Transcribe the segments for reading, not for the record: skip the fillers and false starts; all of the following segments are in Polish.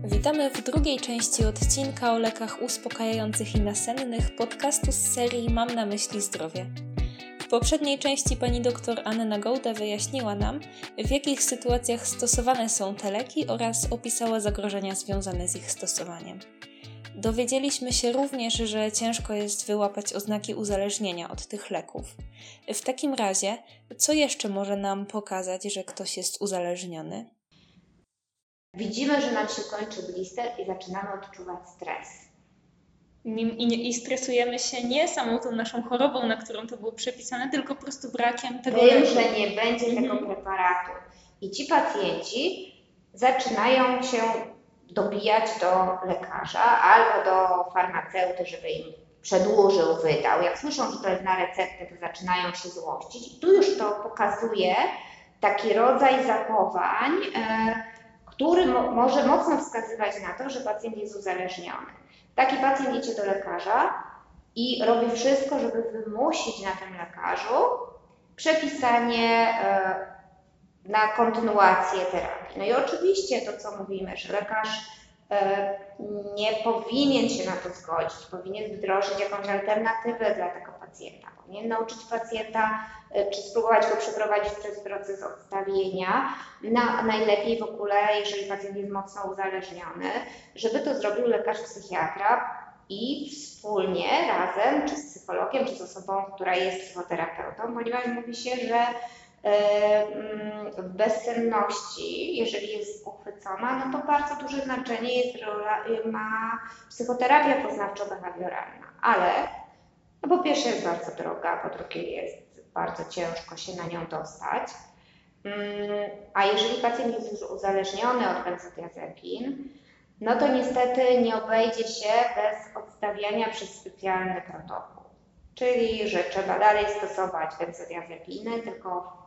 Witamy w drugiej części odcinka o lekach uspokajających i nasennych podcastu z serii Mam na myśli zdrowie. W poprzedniej części pani dr Anna Gołda wyjaśniła nam, w jakich sytuacjach stosowane są te leki oraz opisała zagrożenia związane z ich stosowaniem. Dowiedzieliśmy się również, że ciężko jest wyłapać oznaki uzależnienia od tych leków. W takim razie, co jeszcze może nam pokazać, że ktoś jest uzależniony? Widzimy, że nam się kończy blister i zaczynamy odczuwać stres. I stresujemy się nie samą tą naszą chorobą, na którą to było przepisane, tylko po prostu brakiem tego Tym, leku. że nie będzie tego preparatu. I ci pacjenci zaczynają się dobijać do lekarza albo do farmaceuty, żeby im przedłużył, wydał. Jak słyszą, że to jest na receptę, to zaczynają się złościć. I tu już to pokazuje taki rodzaj zachowań, który może mocno wskazywać na to, że pacjent jest uzależniony. Taki pacjent idzie do lekarza i robi wszystko, żeby wymusić na tym lekarzu przepisanie na kontynuację terapii. No i oczywiście to, co mówimy, że lekarz nie powinien się na to zgodzić, powinien wdrożyć jakąś alternatywę dla tego pacjenta, powinien nauczyć pacjenta, czy spróbować go przeprowadzić przez proces odstawienia, najlepiej w ogóle, jeżeli pacjent jest mocno uzależniony, żeby to zrobił lekarz psychiatra i wspólnie, razem, czy z psychologiem, czy z osobą, która jest psychoterapeutą, ponieważ mówi się, że w bezsenności, jeżeli jest uchwycona, no to bardzo duże znaczenie ma psychoterapia poznawczo-behawioralna, ale no po pierwsze jest bardzo droga, po drugie jest bardzo ciężko się na nią dostać, a jeżeli pacjent jest już uzależniony od benzodiazepin, no to niestety nie obejdzie się bez odstawiania przez specjalny protokół. Czyli, że trzeba dalej stosować benzodiazepiny, tylko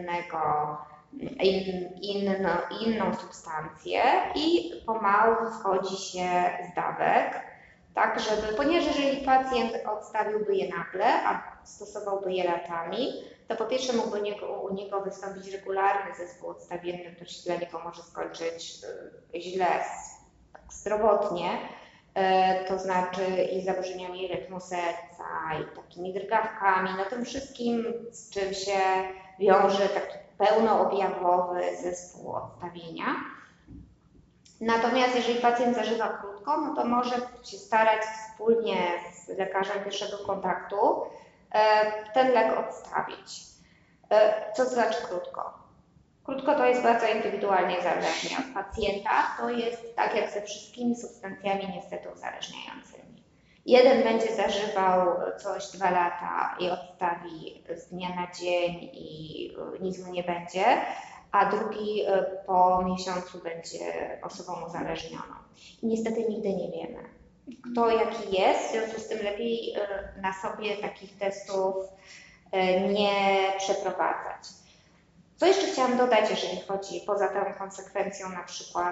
inną substancję i pomału wchodzi się z dawek, tak żeby, ponieważ jeżeli pacjent odstawiłby je nagle, a stosowałby je latami, to po pierwsze mógłby u niego wystąpić regularny zespół odstawienny, który się dla niego może skończyć źle, zdrowotnie, to znaczy i zaburzeniami rytmu serca, i takimi drgawkami, no tym wszystkim, z czym się wiąże taki pełnoobjawowy zespół odstawienia. Natomiast jeżeli pacjent zażywa krótko, no to może się starać wspólnie z lekarzem pierwszego kontaktu ten lek odstawić. Co to znaczy krótko? Krótko to jest bardzo indywidualnie zależnie od pacjenta. To jest tak jak ze wszystkimi substancjami niestety uzależniającymi. Jeden będzie zażywał coś 2 lata i odstawi z dnia na dzień i nic mu nie będzie, a drugi po miesiącu będzie osobą uzależnioną. I niestety nigdy nie wiemy, kto jaki jest, w związku z tym lepiej na sobie takich testów nie przeprowadzać. Co jeszcze chciałam dodać, jeżeli chodzi poza tą konsekwencją na przykład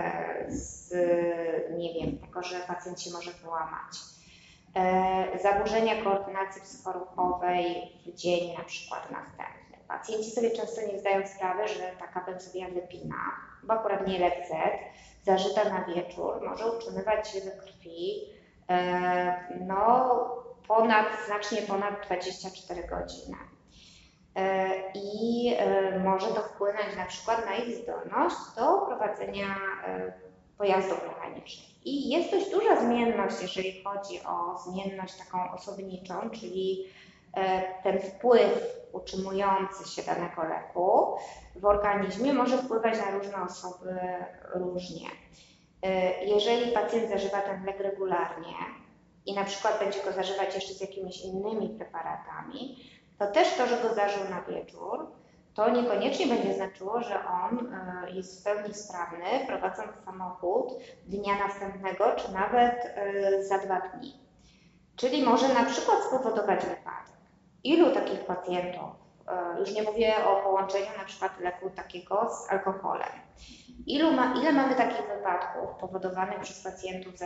tego, że pacjent się może wyłamać. Zaburzenia koordynacji psychoruchowej w dzień na przykład następny. Pacjenci sobie często nie zdają sprawy, że taka benzodiazepina, bo akurat nie lek Z, zażyta na wieczór może utrzymywać się we krwi znacznie ponad 24 godziny. I może to wpłynąć na przykład na ich zdolność do prowadzenia pojazdów mechanicznych. I jest dość duża zmienność, jeżeli chodzi o zmienność taką osobniczą, czyli ten wpływ utrzymujący się danego leku w organizmie może wpływać na różne osoby różnie. Jeżeli pacjent zażywa ten lek regularnie i na przykład będzie go zażywać jeszcze z jakimiś innymi preparatami, to też to, że go zażył na wieczór, to niekoniecznie będzie znaczyło, że on jest w pełni sprawny, prowadząc samochód dnia następnego, czy nawet za 2 dni. Czyli może na przykład spowodować wypadek. Ilu takich pacjentów, już nie mówię o połączeniu na przykład leku takiego z alkoholem, ile mamy takich wypadków powodowanych przez pacjentów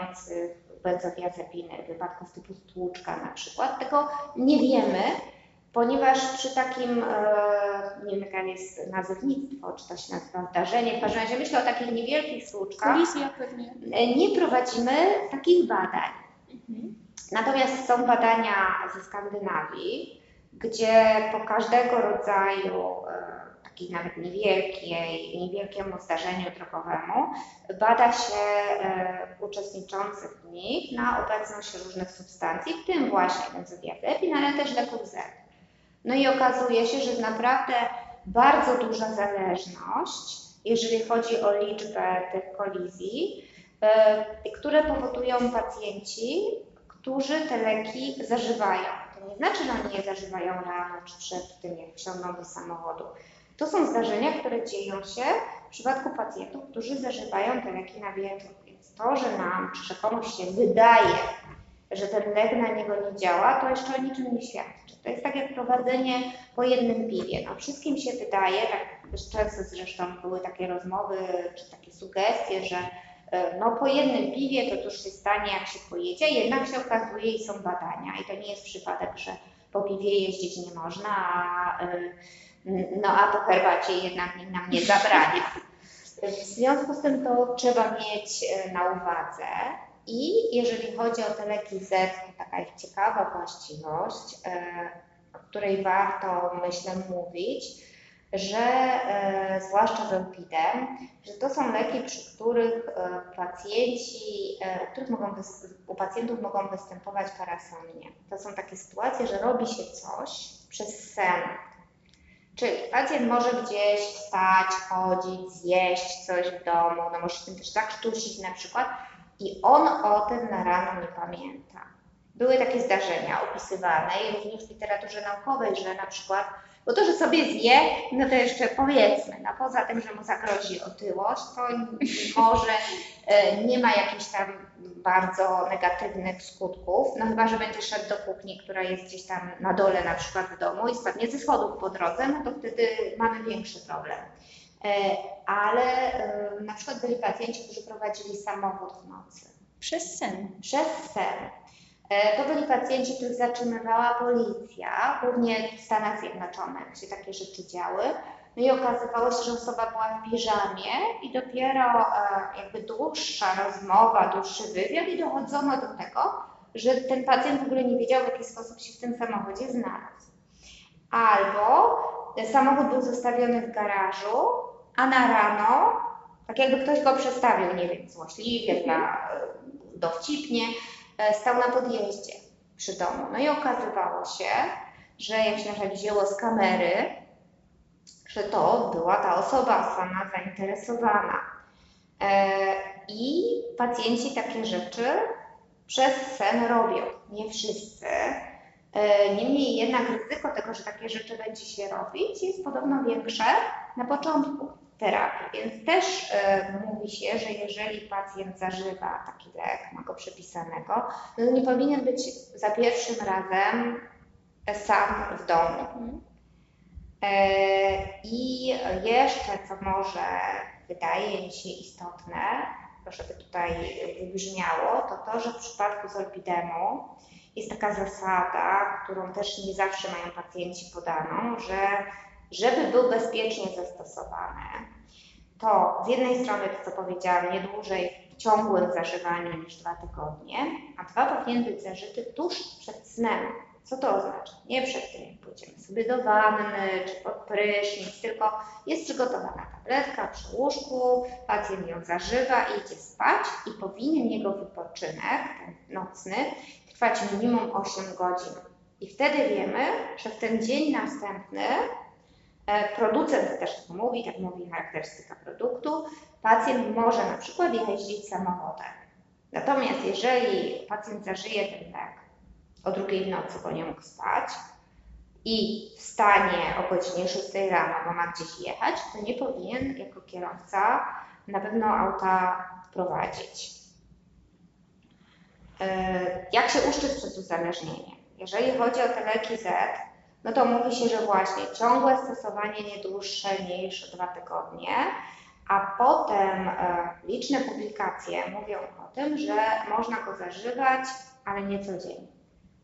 zażywających benzodiazepiny, wypadków typu stłuczka na przykład, tego nie wiemy, ponieważ przy takim, nie wiem jaka jest nazewnictwo, czy to się nazywa zdarzenie, w każdym razie myślę o takich niewielkich słuczkach, Kolizja pewnie. Nie prowadzimy takich badań. Natomiast są badania ze Skandynawii, gdzie po każdego rodzaju takiej nawet niewielkiemu zdarzeniu drogowemu bada się uczestniczących w nich na obecność różnych substancji, w tym właśnie benzodiazepin, ale też leków Z. No i okazuje się, że jest naprawdę bardzo duża zależność, jeżeli chodzi o liczbę tych kolizji, które powodują pacjenci, którzy te leki zażywają. To nie znaczy, że oni je zażywają rano czy przed tym, jak wsiądą do samochodu. To są zdarzenia, które dzieją się w przypadku pacjentów, którzy zażywają te leki na wieczór. Więc to, że nam czy że komuś się wydaje, że ten lek na niego nie działa, to jeszcze o niczym nie świadczy. To jest tak jak prowadzenie po jednym piwie. No, wszystkim się wydaje, tak często zresztą były takie rozmowy czy takie sugestie, że no po jednym piwie to cóż się stanie, jak się pojedzie, jednak się okazuje i są badania i to nie jest przypadek, że po piwie jeździć nie można, a po herbacie jednak nikt nam nie zabrania. W związku z tym to trzeba mieć na uwadze. I jeżeli chodzi o te leki Z, to taka ich ciekawa właściwość, o której warto, myślę, mówić, że zwłaszcza z Zolpidem, że to są leki, przy których u pacjentów mogą występować parasomnie. To są takie sytuacje, że robi się coś przez sen. Czyli pacjent może gdzieś wstać, chodzić, zjeść coś w domu, no może się tym też zakrztusić na przykład, i on o tym na rano nie pamięta. Były takie zdarzenia opisywane i również w literaturze naukowej, że na przykład, bo to, że sobie zje, no to jeszcze powiedzmy, no poza tym, że mu zagrozi otyłość, to może nie ma jakichś tam bardzo negatywnych skutków, no chyba, że będzie szedł do kuchni, która jest gdzieś tam na dole na przykład w domu i spadnie ze schodów po drodze, no to wtedy mamy większy problem. Ale na przykład byli pacjenci, którzy prowadzili samochód w nocy. Przez sen. Przez sen. To byli pacjenci, których zatrzymywała policja, głównie w Stanach Zjednoczonych się takie rzeczy działy. No i okazywało się, że osoba była w piżamie i dopiero jakby dłuższa rozmowa, dłuższy wywiad i dochodzono do tego, że ten pacjent w ogóle nie wiedział, w jaki sposób się w tym samochodzie znalazł. Albo samochód był zostawiony w garażu, a na rano, tak jakby ktoś go przestawił, nie wiem, złośliwie, dowcipnie, stał na podjeździe przy domu. No i okazywało się, że jak się na przykład wzięło z kamery, że to była ta osoba sama zainteresowana. I pacjenci takie rzeczy przez sen robią. Nie wszyscy. Niemniej jednak ryzyko tego, że takie rzeczy będzie się robić, jest podobno większe na początku terapii. Więc też mówi się, że jeżeli pacjent zażywa taki lek, ma go przepisanego, to nie powinien być za pierwszym razem sam w domu. I jeszcze, co może wydaje mi się istotne, żeby tutaj wybrzmiało, to, że w przypadku Zolpidemu jest taka zasada, którą też nie zawsze mają pacjenci podaną, że żeby był bezpiecznie zastosowany, to z jednej strony, to co powiedziałam, nie dłużej w ciągłym zażywaniu niż 2 tygodnie, a 2 powinien być zażyty tuż przed snem. Co to oznacza? Nie przed tym, jak pójdziemy sobie do wanny czy pod prysznic, tylko jest przygotowana tabletka przy łóżku, pacjent ją zażywa i idzie spać i powinien jego wypoczynek, ten nocny, trwać minimum 8 godzin. I wtedy wiemy, że w ten dzień następny producent też tak mówi charakterystyka produktu, pacjent może na przykład jeździć samochodem. Natomiast jeżeli pacjent zażyje ten lek o 2 w nocy, bo nie mógł spać i wstanie o godzinie 6 rano, bo ma gdzieś jechać, to nie powinien jako kierowca na pewno auta prowadzić. Jak się uszczyć przed uzależnieniem? Jeżeli chodzi o te leki Z, no to mówi się, że właśnie ciągłe stosowanie nie dłuższe niż 2 tygodnie, a potem liczne publikacje mówią o tym, że można go zażywać, ale nie codziennie.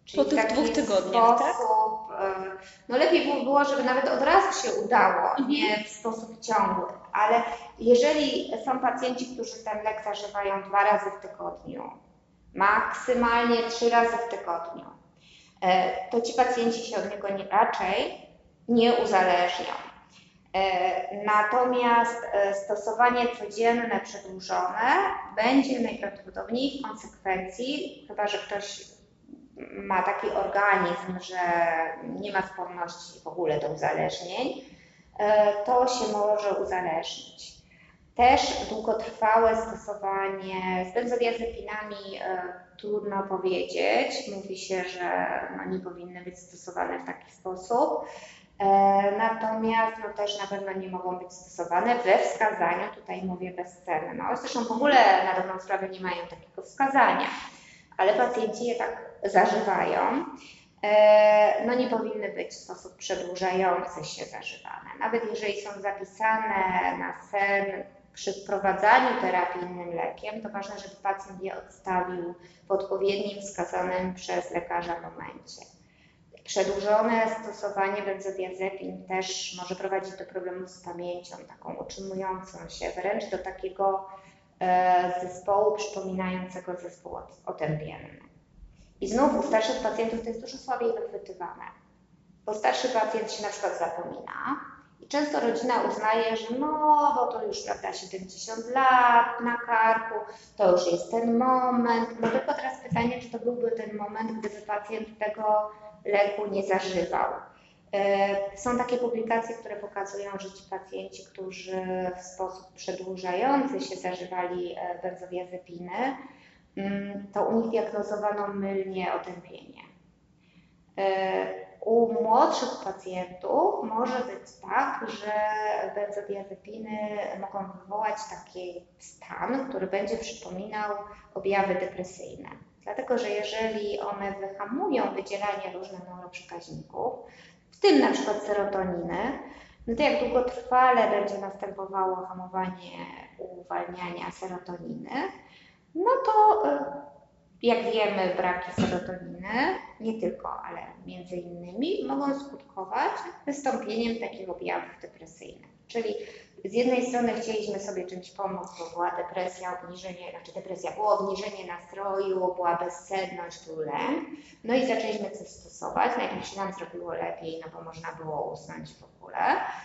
Czyli po tych 2 tygodniach, tak? No lepiej by było, żeby nawet od razu się udało, nie w sposób ciągły, ale jeżeli są pacjenci, którzy ten lek zażywają 2 razy w tygodniu, maksymalnie 3 razy w tygodniu, to ci pacjenci się od niego raczej nie uzależnią. Natomiast stosowanie codzienne, przedłużone będzie najprawdopodobniej w konsekwencji, chyba że ktoś ma taki organizm, że nie ma skłonności w ogóle do uzależnień, to się może uzależnić. Też długotrwałe stosowanie z benzodiazepinami trudno powiedzieć. Mówi się, że nie powinny być stosowane w taki sposób. Natomiast też na pewno nie mogą być stosowane we wskazaniu, tutaj mówię bezcenność. Zresztą w ogóle na dobrą sprawę nie mają takiego wskazania, ale pacjenci je tak zażywają. Nie powinny być w sposób przedłużający się zażywane. Nawet jeżeli są zapisane na sen przy wprowadzaniu terapii innym lekiem, to ważne, żeby pacjent je odstawił w odpowiednim wskazanym przez lekarza momencie. Przedłużone stosowanie benzodiazepin też może prowadzić do problemów z pamięcią, taką utrzymującą się, wręcz do takiego zespołu przypominającego zespół otępienny. I znów u starszych pacjentów to jest dużo słabiej wychwytywane, bo starszy pacjent się na przykład zapomina i często rodzina uznaje, że bo to już 70 lat na karku, to już jest ten moment. No tylko teraz pytanie, czy to byłby ten moment, gdyby pacjent tego leku nie zażywał. Są takie publikacje, które pokazują, że ci pacjenci, którzy w sposób przedłużający się zażywali benzodiazepiny, to u nich diagnozowano mylnie otępienie. U młodszych pacjentów może być tak, że benzodiazepiny mogą wywołać taki stan, który będzie przypominał objawy depresyjne. Dlatego, że jeżeli one wyhamują wydzielanie różnych neuroprzekaźników, w tym na przykład serotoniny, to jak długotrwale będzie następowało hamowanie uwalniania serotoniny, to jak wiemy, braki serotoniny, nie tylko, ale między innymi, mogą skutkować wystąpieniem takich objawów depresyjnych. Czyli z jednej strony chcieliśmy sobie czymś pomóc, bo była depresja, było obniżenie nastroju, była bezsenność, był lęk, i zaczęliśmy coś stosować, najpierw się nam zrobiło lepiej, bo można było usnąć w ogóle,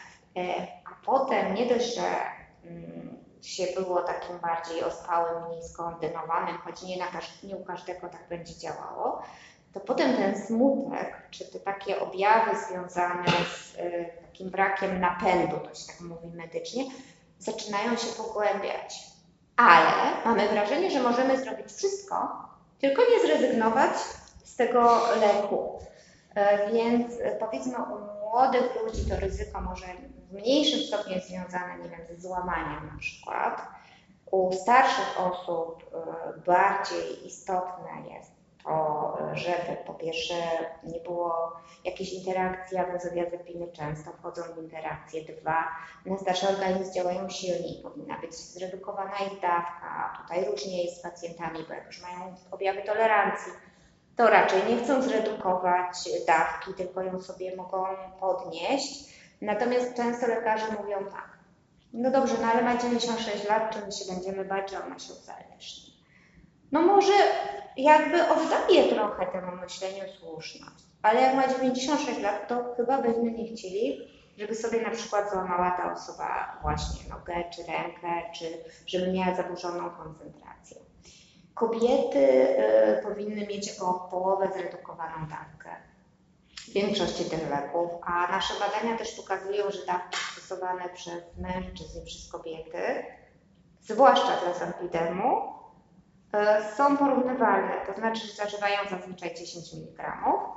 a potem nie dość, że się było takim bardziej ospałym, mniej skoordynowanym, choć nie u każdego tak będzie działało, to potem ten smutek, czy te takie objawy związane z takim brakiem napędu, to się tak mówi medycznie, zaczynają się pogłębiać. Ale mamy wrażenie, że możemy zrobić wszystko, tylko nie zrezygnować z tego leku. Więc powiedzmy u młodych ludzi to ryzyko może w mniejszym stopniu jest związane, ze złamaniem na przykład. U starszych osób bardziej istotne jest to, żeby po pierwsze nie było jakiejś interakcji, a benzodiazepiny często wchodzą w interakcję. 2, na starszy organizm działają silniej, powinna być zredukowana ich dawka. Tutaj różnie jest z pacjentami, bo jak już mają objawy tolerancji, to raczej nie chcą zredukować dawki, tylko ją sobie mogą podnieść. Natomiast często lekarze mówią tak, dobrze, ale ma 96 lat, czy my się będziemy bać, że ona się uzależni? Może jakby oddaje trochę temu myśleniu słuszność, ale jak ma 96 lat, to chyba byśmy nie chcieli, żeby sobie na przykład złamała ta osoba właśnie nogę, czy rękę, czy żeby miała zaburzoną koncentrację. Kobiety powinny mieć o połowę zredukowaną dawkę w większości tych leków, a nasze badania też pokazują, że dawki stosowane przez mężczyzn i przez kobiety, zwłaszcza dla Sanpidemu, są porównywalne, to znaczy, że zażywają zazwyczaj 10 mg,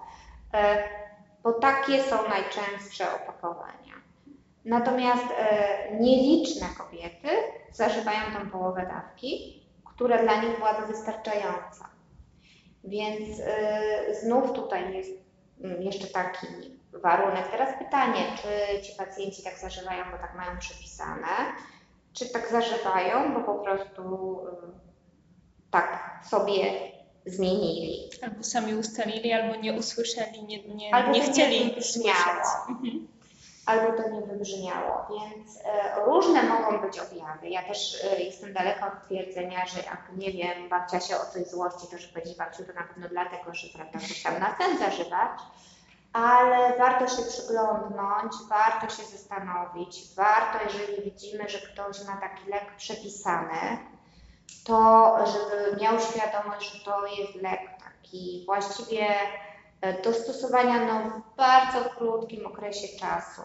bo takie są najczęstsze opakowania. Natomiast nieliczne kobiety zażywają tą połowę dawki, która dla nich byłaby wystarczająca. Więc znów tutaj jest jeszcze taki warunek. Teraz pytanie, czy ci pacjenci tak zażywają, bo tak mają przepisane, czy tak zażywają, bo po prostu tak sobie zmienili. Albo sami ustalili, albo nie usłyszeli, Albo nie to chcieli nie wybrzmiało. Albo to nie wybrzmiało, więc różne mogą być objawy. Ja też jestem daleka od twierdzenia, że jak, nie wiem, babcia się o coś złości, to że będzie babciu, to na pewno dlatego, że prawda, coś tam na sen zażywać, ale warto się przyglądnąć, warto się zastanowić, warto, jeżeli widzimy, że ktoś ma taki lek przepisany, to żeby miał świadomość, że to jest lek taki właściwie do stosowania w bardzo krótkim okresie czasu.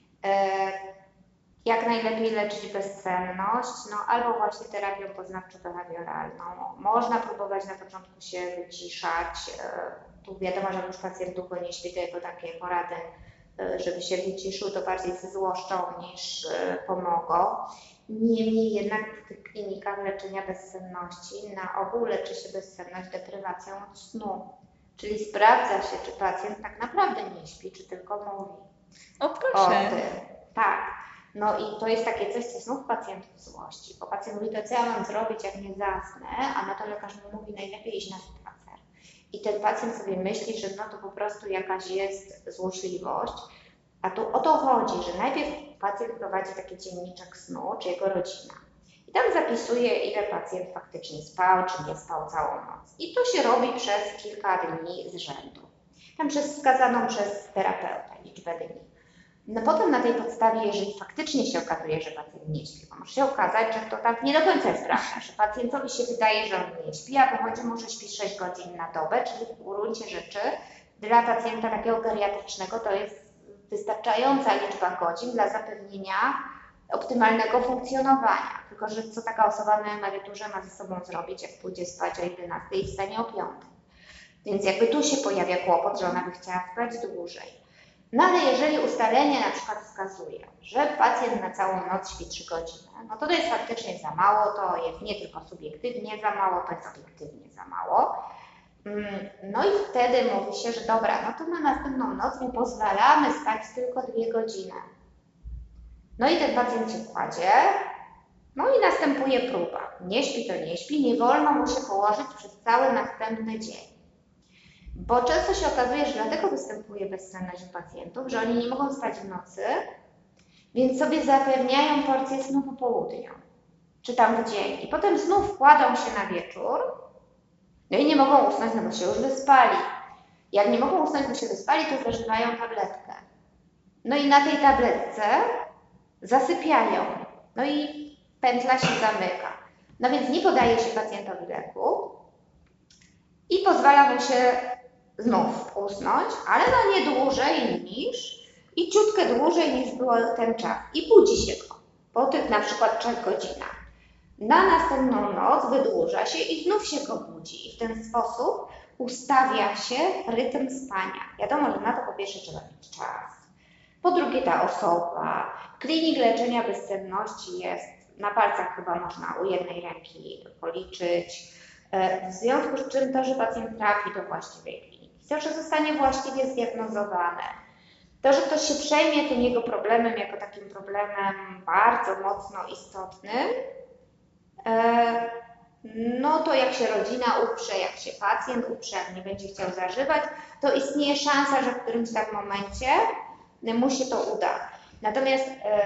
Jak najlepiej leczyć bezsenność, albo właśnie terapią poznawczo-behawioralną. Można próbować na początku się wyciszać. Tu wiadomo, że już pacjent długo nie śpi, to jego takie porady, żeby się wyciszył, to bardziej się złoszczą niż pomogą. Niemniej jednak w tych klinikach leczenia bezsenności na ogół leczy się bezsenność deprywacją od snu. Czyli sprawdza się, czy pacjent tak naprawdę nie śpi, czy tylko mówi. O proszę. O tym. Tak. I to jest takie coś, co znów pacjentów złości. Bo pacjent mówi, to co ja mam zrobić, jak nie zasnę, a na to lekarz mu mówi, najlepiej iść na spacer. I ten pacjent sobie myśli, że to po prostu jakaś jest złośliwość. A tu o to chodzi, że najpierw pacjent prowadzi taki dzienniczek snu, czy jego rodzina. I tam zapisuje, ile pacjent faktycznie spał, czy nie spał całą noc. I to się robi przez kilka dni z rzędu. Tam wskazaną przez terapeutę liczbę dni. Potem na tej podstawie, jeżeli faktycznie się okazuje, że pacjent nie śpi, bo może się okazać, że to tak nie do końca jest prawda, że pacjentowi się wydaje, że on nie śpi, a wychodzi mu, że śpi 6 godzin na dobę, czyli w gruncie rzeczy dla pacjenta takiego geriatrycznego to jest wystarczająca liczba godzin dla zapewnienia optymalnego funkcjonowania. Tylko że co taka osoba na emeryturze ma ze sobą zrobić, jak pójdzie spać o 11 i wstanie o 5. Więc jakby tu się pojawia kłopot, że ona by chciała spać dłużej. Ale jeżeli ustalenie na przykład wskazuje, że pacjent na całą noc śpi 3 godziny, to jest faktycznie za mało, to jest nie tylko subiektywnie za mało, to jest obiektywnie za mało. I wtedy mówi się, że dobra, to na następną noc mu pozwalamy spać tylko 2 godziny. I ten pacjent się kładzie, i następuje próba. Nie śpi to nie śpi, nie wolno mu się położyć przez cały następny dzień. Bo często się okazuje, że dlatego występuje bezsenność u pacjentów, że oni nie mogą spać w nocy, więc sobie zapewniają porcję snu po południu, czy tam w dzień. I potem znów kładą się na wieczór, i nie mogą usnąć, bo się już wyspali. Jak nie mogą usnąć, bo się wyspali, to zażywają tabletkę. I na tej tabletce zasypiają. I pętla się zamyka. Więc nie podaje się pacjentowi leku i pozwala mu się znów usnąć, ale nie dłużej niż i ciutkę dłużej niż był ten czas. I budzi się go po tych na przykład 3 godzinach. Na następną noc wydłuża się i znów się go budzi. I w ten sposób ustawia się rytm spania. Wiadomo, że na to po pierwsze trzeba mieć czas. Po drugie ta osoba. Klinik leczenia bezsenności jest na palcach chyba można u jednej ręki policzyć. W związku z czym to, że pacjent trafi do właściwej kliniki, to, że zostanie właściwie zdiagnozowany, to, że ktoś się przejmie tym jego problemem jako takim problemem bardzo mocno istotnym, to jak się rodzina uprze, jak się pacjent uprze, jak nie będzie chciał zażywać, to istnieje szansa, że w którymś tam momencie mu się to uda. Natomiast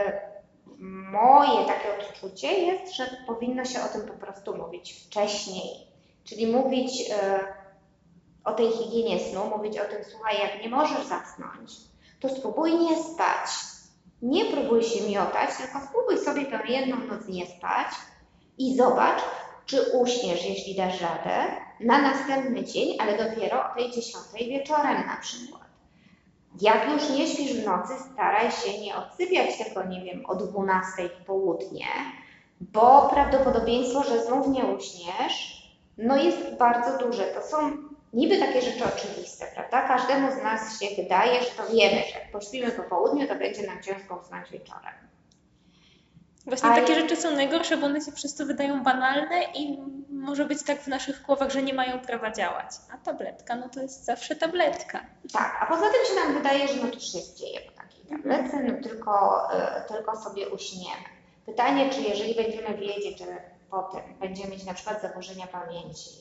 moje takie odczucie jest, że powinno się o tym po prostu mówić wcześniej. Czyli mówić o tej higienie snu, mówić o tym, słuchaj, jak nie możesz zasnąć, to spróbuj nie spać. Nie próbuj się miotać, tylko spróbuj sobie tę jedną noc nie spać i zobacz, czy uśniesz, jeśli dasz radę, na następny dzień, ale dopiero o tej 10 wieczorem na przykład. Jak już nie śpisz w nocy, staraj się nie odsypiać tego, nie wiem, o 12 w południe, bo prawdopodobieństwo, że znów nie uśniesz, jest bardzo duże. To są niby takie rzeczy oczywiste, prawda? Każdemu z nas się wydaje, że to wiemy, że jak pośpimy po południu, to będzie nam ciężko usnąć wieczorem. Właśnie takie rzeczy są najgorsze, bo one się przez to wydają banalne i może być tak w naszych głowach, że nie mają prawa działać. A tabletka, to jest zawsze tabletka. Tak, a poza tym się nam wydaje, że to się dzieje po takiej tabletce, tylko sobie uśniemy. Pytanie, czy jeżeli będziemy wiedzieć, że potem będziemy mieć na przykład zaburzenia pamięci,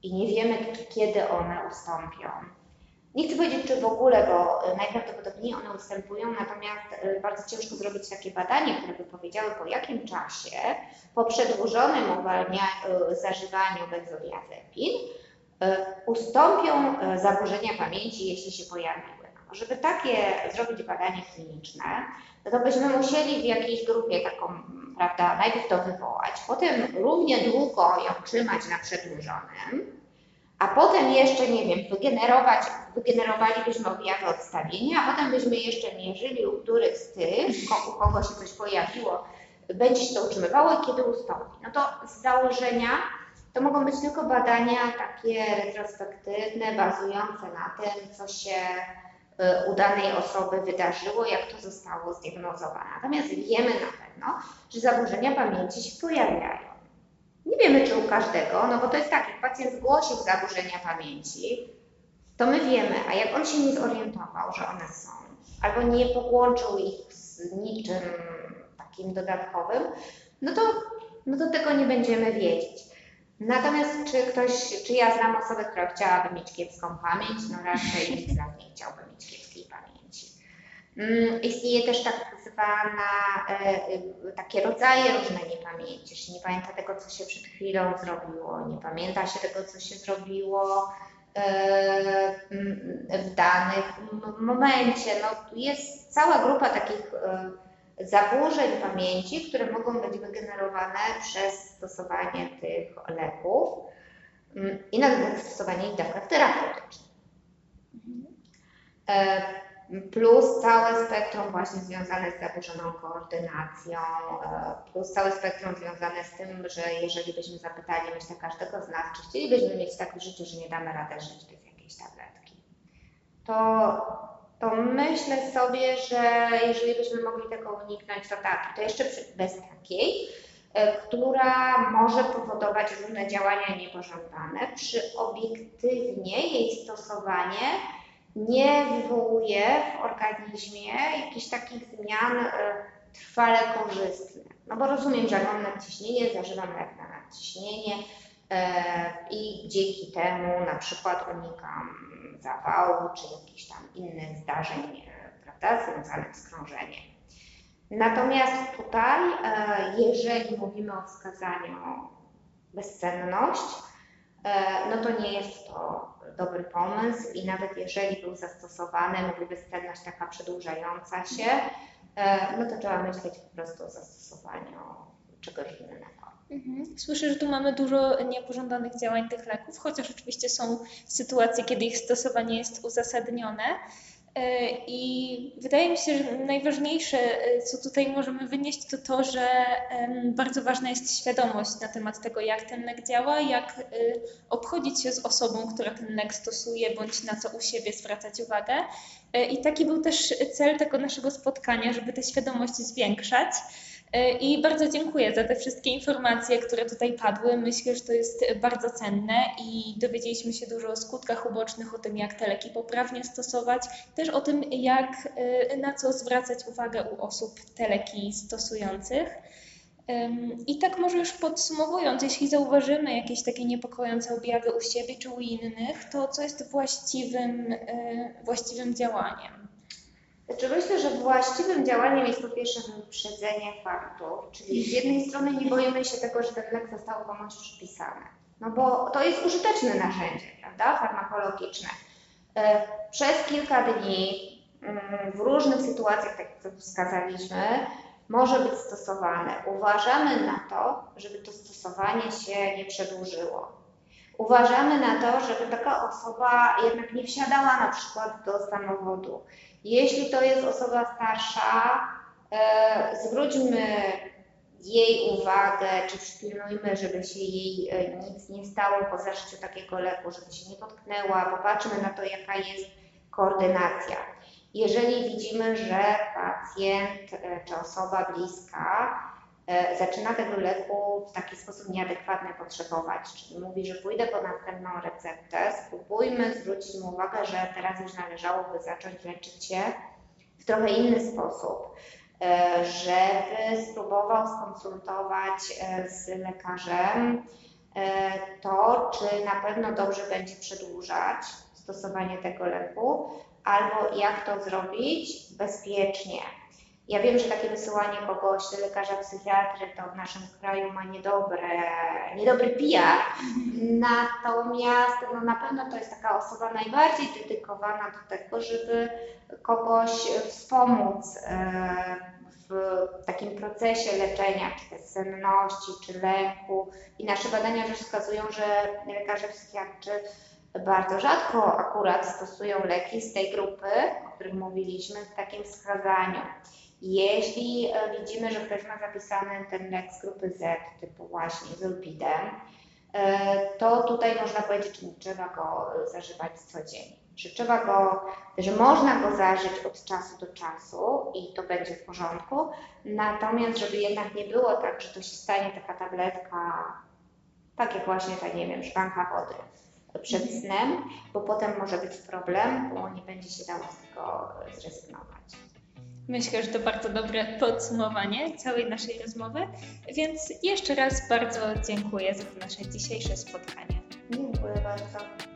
i nie wiemy, kiedy one ustąpią. Nie chcę powiedzieć, czy w ogóle, bo najprawdopodobniej one ustępują, natomiast bardzo ciężko zrobić takie badanie, które by powiedziały, po jakim czasie, po przedłużonym zażywaniu benzodiazepin, ustąpią zaburzenia pamięci, jeśli się pojawiły. Żeby takie zrobić badanie kliniczne, to byśmy musieli w jakiejś grupie taką, prawda, najpierw to wywołać, potem równie długo ją trzymać na przedłużonym, a potem jeszcze, nie wiem, wygenerowalibyśmy objawy odstawienia, a potem byśmy jeszcze mierzyli, u których z tych, u kogo się coś pojawiło, będzie się to utrzymywało i kiedy ustąpi. No to z założenia to mogą być tylko badania takie retrospektywne, bazujące na tym, co się u danej osoby wydarzyło, jak to zostało zdiagnozowane. Natomiast wiemy na pewno, że zaburzenia pamięci się pojawiają. Nie wiemy, czy u każdego, no bo to jest tak, jak pacjent zgłosił zaburzenia pamięci, to my wiemy, a jak on się nie zorientował, że one są, albo nie połączył ich z niczym takim dodatkowym, no to tego nie będziemy wiedzieć. Natomiast czy ja znam osobę, która chciałaby mieć kiepską pamięć? No raczej nikt z nas nie chciałby mieć kiepskiej pamięci. Istnieje też tak zwana, takie rodzaje różne niepamięci, że nie pamięta tego, co się przed chwilą zrobiło, nie pamięta się tego, co się zrobiło w danym momencie. No, jest cała grupa takich zaburzeń pamięci, które mogą być wygenerowane przez stosowanie tych leków i nawet stosowanie ich w dawkach terapeutycznych. Plus całe spektrum właśnie związane z zaburzoną koordynacją, plus całe spektrum związane z tym, że jeżeli byśmy zapytali, myślę, każdego z nas, czy chcielibyśmy mieć tak w życiu, że nie damy rady żyć bez jakiejś tabletki, to myślę sobie, że jeżeli byśmy mogli tego uniknąć, to tak, to jeszcze bez takiej, która może powodować różne działania niepożądane, przy obiektywnie jej stosowanie nie wywołuje w organizmie jakichś takich zmian trwale korzystnych. No bo rozumiem, że jak mam nadciśnienie, zażywam lek na nadciśnienie i dzięki temu na przykład unikam zawału czy jakichś tam innych zdarzeń, prawda, związanych z krążeniem. Natomiast tutaj, jeżeli mówimy o wskazaniu bezsenność, no to nie jest to dobry pomysł i nawet jeżeli był zastosowany, mówię bezsenność taka przedłużająca się, no to trzeba myśleć po prostu o zastosowaniu czegoś innego. Słyszę, że tu mamy dużo niepożądanych działań tych leków, chociaż oczywiście są sytuacje, kiedy ich stosowanie jest uzasadnione. I wydaje mi się, że najważniejsze, co tutaj możemy wynieść, to to, że bardzo ważna jest świadomość na temat tego, jak ten lek działa, jak obchodzić się z osobą, która ten lek stosuje, bądź na co u siebie zwracać uwagę. I taki był też cel tego naszego spotkania, żeby tę świadomość zwiększać. I bardzo dziękuję za te wszystkie informacje, które tutaj padły. Myślę, że to jest bardzo cenne i dowiedzieliśmy się dużo o skutkach ubocznych, o tym, jak te leki poprawnie stosować, też o tym, na co zwracać uwagę u osób te leki stosujących. I tak może już podsumowując, jeśli zauważymy jakieś takie niepokojące objawy u siebie czy u innych, to co jest właściwym działaniem? Znaczy myślę, że właściwym działaniem jest po pierwsze wyprzedzenie faktów, czyli z jednej strony nie boimy się tego, że ten lek został komuś przypisany, no bo to jest użyteczne narzędzie, prawda, farmakologiczne. Przez kilka dni w różnych sytuacjach, tak jak wskazaliśmy, może być stosowane. Uważamy na to, żeby to stosowanie się nie przedłużyło. Uważamy na to, żeby taka osoba jednak nie wsiadała na przykład do samochodu. Jeśli to jest osoba starsza, zwróćmy jej uwagę, czy przypilnujmy, żeby się jej nic nie stało po zażyciu takiego leku, żeby się nie potknęła, popatrzmy na to, jaka jest koordynacja. Jeżeli widzimy, że pacjent czy osoba bliska zaczyna tego leku w taki sposób nieadekwatny potrzebować, czyli mówi, że pójdę po następną receptę, spróbujmy zwrócić mu uwagę, że teraz już należałoby zacząć leczyć się w trochę inny sposób, żeby spróbował skonsultować z lekarzem to, czy na pewno dobrze będzie przedłużać stosowanie tego leku, albo jak to zrobić bezpiecznie. Ja wiem, że takie wysyłanie kogoś do lekarza psychiatry to w naszym kraju ma niedobry PR, natomiast na pewno to jest taka osoba najbardziej dedykowana do tego, żeby kogoś wspomóc w takim procesie leczenia, czy bezsenności, czy lęku. I nasze badania też wskazują, że lekarze psychiatrzy bardzo rzadko akurat stosują leki z tej grupy, o których mówiliśmy, w takim wskazaniu. Jeśli widzimy, że ktoś ma zapisany ten lek z grupy Z, typu właśnie zolpidem, to tutaj można powiedzieć, czy nie trzeba go zażywać codziennie. Że można go zażyć od czasu do czasu i to będzie w porządku, natomiast żeby jednak nie było tak, że to się stanie taka tabletka, tak jak właśnie ta, nie wiem, szklanka wody przed snem, bo potem może być problem, bo nie będzie się dało z tego zrezygnować. Myślę, że to bardzo dobre podsumowanie całej naszej rozmowy, więc jeszcze raz bardzo dziękuję za to nasze dzisiejsze spotkanie. Dziękuję bardzo.